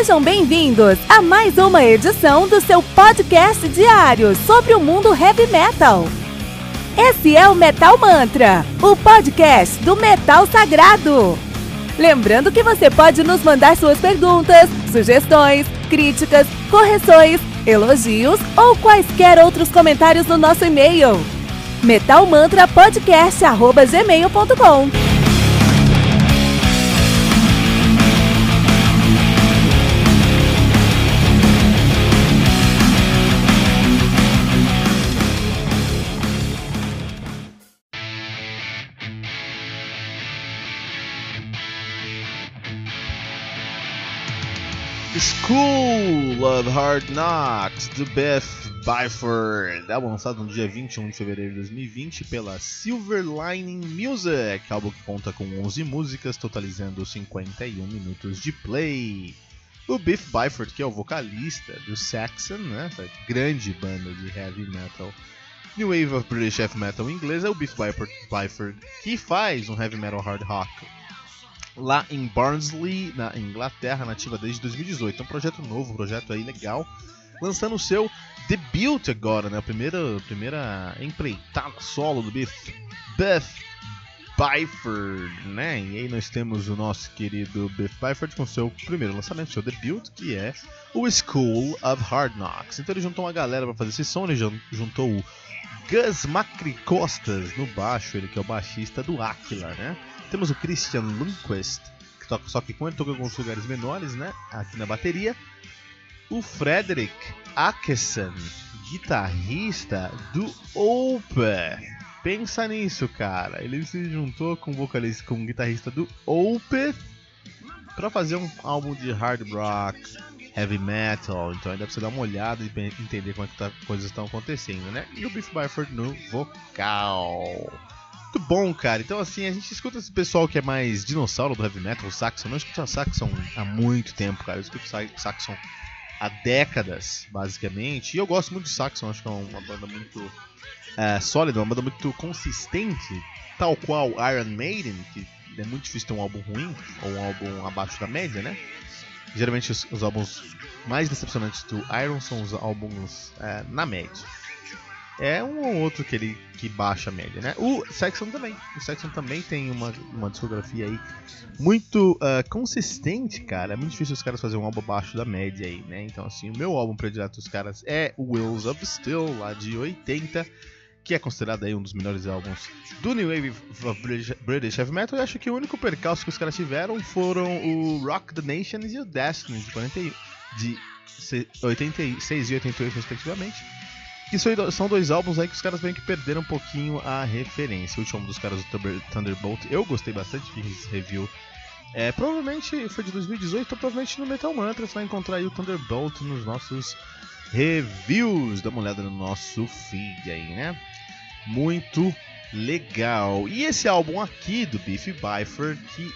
Sejam bem-vindos a mais uma edição do seu podcast diário sobre o mundo heavy metal. Esse é o Metal Mantra, o podcast do metal sagrado. Lembrando que você pode nos mandar suas perguntas, sugestões, críticas, correções, elogios ou quaisquer outros comentários no nosso e-mail metalmantrapodcast@gmail.com. School of Hard Knocks, do Biff Byford, álbum lançado no dia 21 de fevereiro de 2020 pela Silver Lining Music, álbum que conta com 11 músicas, totalizando 51 minutos de play. O Biff Byford, que é o vocalista do Saxon, né, essa grande banda de heavy metal, New Wave of British Heavy Metal inglês, é o Biff Byford, que faz um heavy metal hard rock lá em Barnsley, na Inglaterra, nativa desde 2018. É um projeto novo, um projeto aí legal, lançando o seu debut agora, né? A primeira empreitada solo do Biff Byford, né? E aí nós temos o nosso querido Biff Byford com seu primeiro lançamento, seu debut, que é o School of Hard Knocks. Então ele juntou uma galera para fazer esse som, ele juntou o Gus Macricostas no baixo, ele que é o baixista do Aquila, né? Temos o Christian Lundquist, que toca, só que como ele toca em alguns lugares menores, né, aqui na bateria. O Fredrik Åkesson, guitarrista do Opeth. Pensa nisso, cara. Ele se juntou com o guitarrista do Opeth para fazer um álbum de hard rock, heavy metal. Então ainda precisa dar uma olhada e entender como é que as coisas estão acontecendo, né? E o Biff Byford no vocal. Muito bom, cara. Então assim, a gente escuta esse pessoal que é mais dinossauro do heavy metal, o Saxon. Eu não escuto o Saxon há muito tempo, cara. Eu escuto o Saxon há décadas, basicamente. E eu gosto muito de Saxon, acho que é uma banda muito sólida, uma banda muito consistente, tal qual Iron Maiden, que é muito difícil ter um álbum ruim, ou um álbum abaixo da média, né? Geralmente os álbuns mais decepcionantes do Iron são os álbuns na média. É um ou outro que baixa a média, né? O Saxon também tem uma discografia aí muito consistente, cara. É muito difícil os caras fazerem um álbum abaixo da média aí, né? Então assim, o meu álbum predileto dos caras é o Wheels of Steel, lá de 80, que é considerado aí um dos melhores álbuns do New Wave of British Heavy Metal. Eu acho que o único percalço que os caras tiveram foram o Rock the Nations e o Destiny, de 86 e 88 respectivamente. Que são dois álbuns aí que os caras meio que perderam um pouquinho a referência. O último dos caras, o Thunderbolt, eu gostei bastante, fiz review. Provavelmente foi de 2018, então provavelmente no Metal Mantra você vai encontrar aí o Thunderbolt nos nossos reviews. Dá uma olhada no nosso feed aí, né? Muito legal. E esse álbum aqui do Biff Byford, que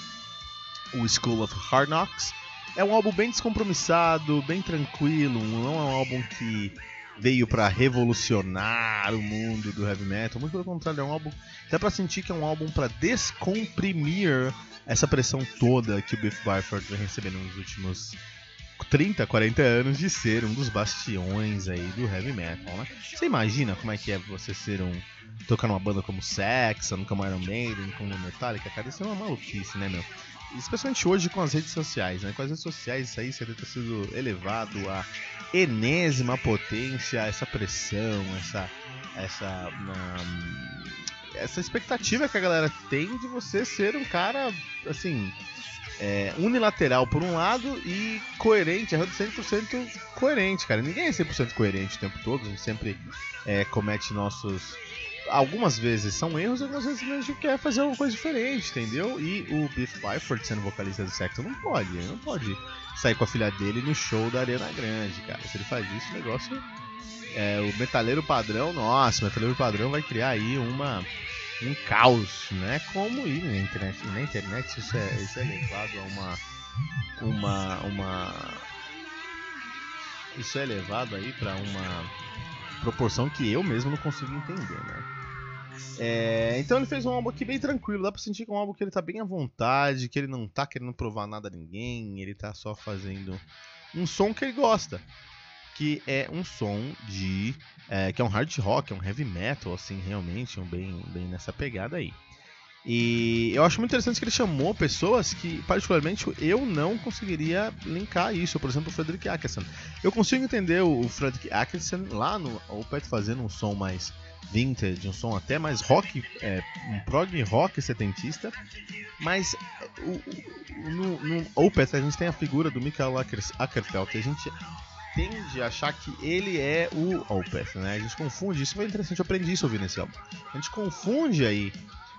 é o School of Hard Knocks, é um álbum bem descompromissado, bem tranquilo, não é um álbum que veio pra revolucionar o mundo do heavy metal, muito pelo contrário, é um álbum, dá pra sentir que é um álbum pra descomprimir essa pressão toda que o Biff Byford vem recebendo nos últimos 30, 40 anos de ser um dos bastiões aí do heavy metal, né? Você imagina como é que é você tocar numa banda como Saxon, como Iron Maiden, como Metallica, cara, isso é uma maluquice, né, meu? Especialmente hoje com as redes sociais, né? Com as redes sociais isso aí seria ter sido elevado a enésima potência, essa pressão, essa expectativa que a galera tem de você ser um cara, assim, unilateral por um lado e coerente, 100% coerente, cara. Ninguém é 100% coerente o tempo todo, a gente sempre comete algumas vezes são erros, algumas vezes a gente quer fazer alguma coisa diferente, entendeu? E o Biff Byford, sendo vocalista do Saxon, ele não pode sair com a filha dele no show da Arena Grande, cara. Se ele faz isso, o negócio o metaleiro padrão, nossa, o metaleiro padrão vai criar aí um caos, né? Como ir na internet isso é levado a isso é levado aí para uma proporção que eu mesmo não consigo entender, né? Então ele fez um álbum aqui bem tranquilo, dá pra sentir que é um álbum que ele tá bem à vontade, que ele não tá querendo provar nada a ninguém, ele tá só fazendo um som que ele gosta, que é um som de que é um hard rock, é um heavy metal, assim, realmente, bem nessa pegada aí. E eu acho muito interessante que ele chamou pessoas que, particularmente, eu não conseguiria linkar isso. Por exemplo, o Fredrik Åkesson. Eu consigo entender o Fredrik Åkesson lá no Opeth fazendo um som mais vintage, um som até mais rock, um prog rock setentista. Mas no Opeth a gente tem a figura do Mikael Åkerfeldt, e a gente tende a achar que ele é o Opeth, né? A gente confunde, isso foi interessante, eu aprendi isso ouvindo esse álbum. A gente confunde aí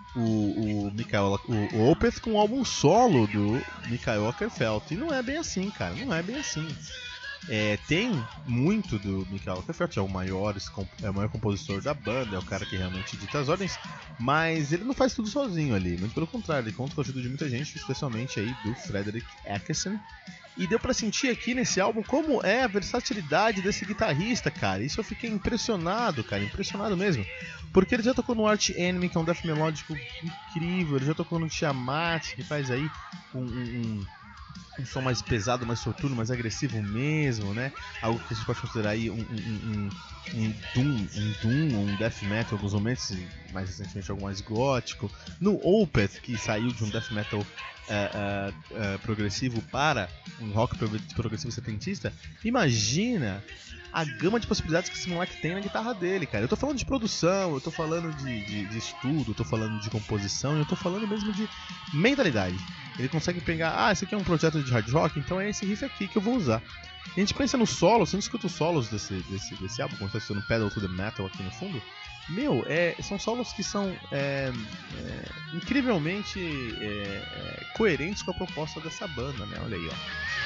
o Opeth com o álbum solo do Mikael Åkerfeldt, e não é bem assim, cara, não é bem assim. Tem muito do Mikael Åkerfeldt, é o maior compositor da banda, é o cara que realmente dita as ordens, mas ele não faz tudo sozinho ali, muito pelo contrário, ele conta com a ajuda de muita gente, especialmente aí do Fredrik Åkesson. E deu pra sentir aqui nesse álbum como é a versatilidade desse guitarrista, cara. Isso eu fiquei impressionado, cara, impressionado mesmo. Porque ele já tocou no Arch Enemy, que é um death melódico incrível. Ele já tocou no Tiamat, que faz aí um som mais pesado, mais soturno, mais agressivo mesmo, né? Algo que a gente pode considerar aí um doom, um death metal, em alguns momentos, mais recentemente algo mais gótico. No Opeth, que saiu de um death metal progressivo para um rock progressivo setentista, imagina a gama de possibilidades que esse moleque tem na guitarra dele, cara. Eu tô falando de produção, eu tô falando de estudo, eu tô falando de composição, eu tô falando mesmo de mentalidade. Ele consegue pegar, esse aqui é um projeto de hard rock, então é esse riff aqui que eu vou usar. E a gente pensa nos solos, você não escuta os solos desse álbum, quando você está no Pedal to the Metal aqui no fundo. São solos que são incrivelmente coerentes com a proposta dessa banda, né? Olha aí, ó.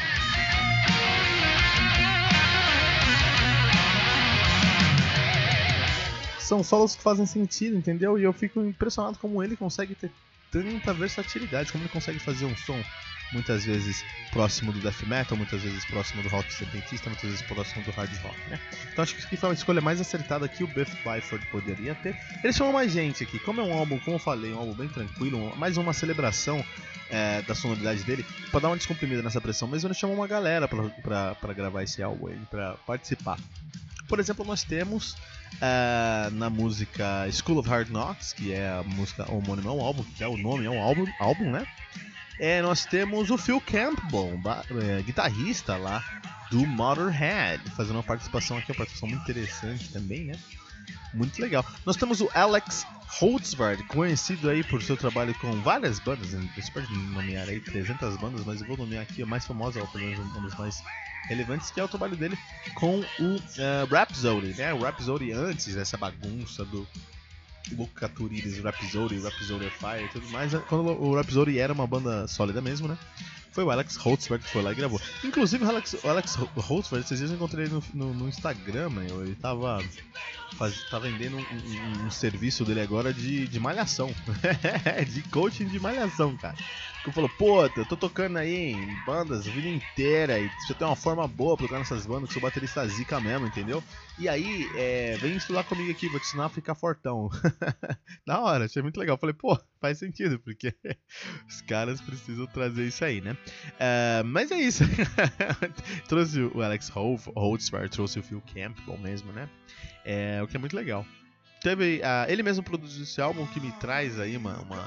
São solos que fazem sentido, entendeu? E eu fico impressionado como ele consegue ter tanta versatilidade, como ele consegue fazer um som muitas vezes próximo do death metal, muitas vezes próximo do rock setentista, muitas vezes próximo do hard rock, né? Então acho que foi uma escolha mais acertada que o Biff Byford poderia ter. Ele chamou mais gente aqui, como é um álbum, como eu falei, um álbum bem tranquilo, mais uma celebração da sonoridade dele, pra dar uma descomprimida nessa pressão, mas ele chamou uma galera pra gravar esse álbum aí, pra participar. Por exemplo, nós temos na música School of Hard Knocks, que é a música homônima ao álbum, que é o nome, é um álbum, né? Nós temos o Phil Campbell, guitarrista lá do Motorhead, fazendo uma participação aqui, uma participação muito interessante também, né? Muito legal. Nós temos o Alex Holtzward, conhecido aí por seu trabalho com várias bandas, você pode nomear aí 300 bandas, mas eu vou nomear aqui a mais famosa, ou pelo menos uma das mais relevantes, que é o trabalho dele com o Rhapsody, né? O Rhapsody antes dessa bagunça do Luca Turilli's Rhapsody Fire e tudo mais, quando o Rhapsody era uma banda sólida mesmo, né? Foi o Alex Holtzward que foi lá e gravou. Inclusive o Alex Holtzward, esses dias eu encontrei ele no Instagram, ele tava vendendo um serviço dele agora de malhação. De coaching de malhação, cara. Que falou, eu tô tocando aí em bandas a vida inteira e você tem uma forma boa pra tocar nessas bandas, que seu baterista zica mesmo, entendeu? E aí, vem estudar comigo aqui, vou te ensinar a ficar fortão. Na hora, achei muito legal. Falei, faz sentido, porque os caras precisam trazer isso aí, né? Mas é isso. Trouxe o Alex Holtzward, trouxe o Phil Campbell mesmo, né? O que é muito legal. Ele mesmo produziu esse álbum, que me traz aí uma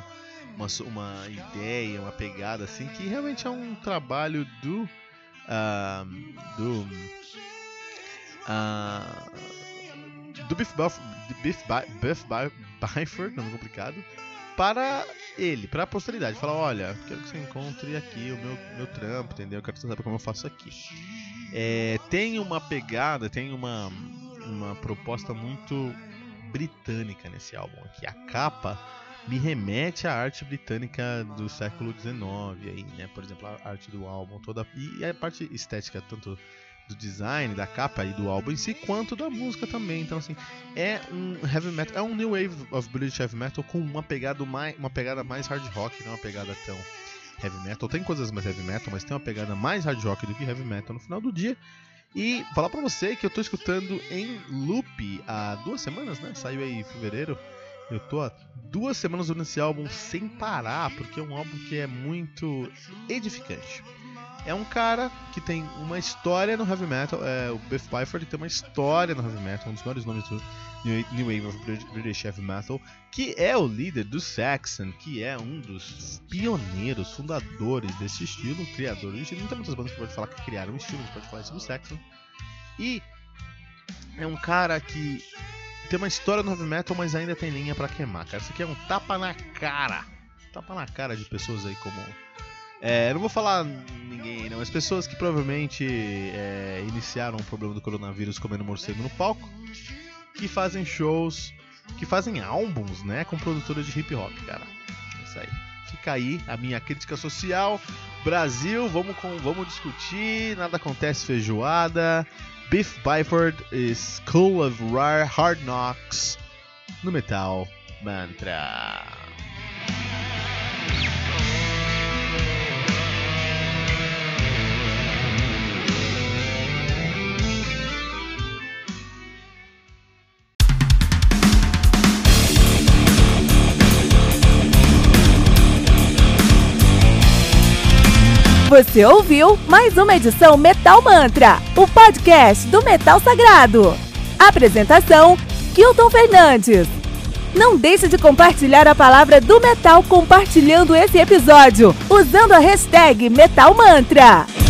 ideia, uma pegada assim, que realmente é um trabalho do Biff Byford, nome complicado, para a posteridade. Falar, olha, quero que você encontre aqui o meu trampo, entendeu? Eu quero que você saiba como eu faço aqui. Tem uma pegada, tem uma proposta muito britânica nesse álbum aqui. A capa me remete à arte britânica do século XIX aí, né? Por exemplo, a arte do álbum toda, e a parte estética tanto do design da capa e do álbum em si, quanto da música também. Então assim, é um heavy metal, é um new wave of British heavy metal com uma pegada mais hard rock, não uma pegada tão heavy metal. Tem coisas mais heavy metal, mas tem uma pegada mais hard rock do que heavy metal no final do dia. E falar pra você que eu tô escutando em loop há 2 semanas, né? Saiu aí em fevereiro. Eu tô há 2 semanas ouvindo esse álbum sem parar, porque é um álbum que é muito edificante. É um cara que tem uma história no heavy metal, o Biff Byford tem uma história no heavy metal, um dos maiores nomes do New Wave of British Heavy Metal, que é o líder do Saxon, que é um dos pioneiros, fundadores desse estilo, criador do estilo. Não tem muitas bandas que pode falar que criaram um estilo, a gente pode falar isso do Saxon. E é um cara que tem uma história no heavy metal, mas ainda tem linha pra queimar, cara. Isso aqui é um tapa na cara de pessoas aí como... não vou falar ninguém não, mas pessoas que provavelmente iniciaram o problema do coronavírus comendo morcego no palco, que fazem shows, que fazem álbuns, né, com produtoras de hip hop, cara. É isso aí. Fica aí a minha crítica social. Brasil, vamos discutir, nada acontece feijoada. Biff Byford is School of Hard Knocks no Metal Mantra. Você ouviu mais uma edição Metal Mantra, o podcast do Metal Sagrado. Apresentação, Kilton Fernandes. Não deixe de compartilhar a palavra do metal compartilhando esse episódio, usando a hashtag Metal Mantra.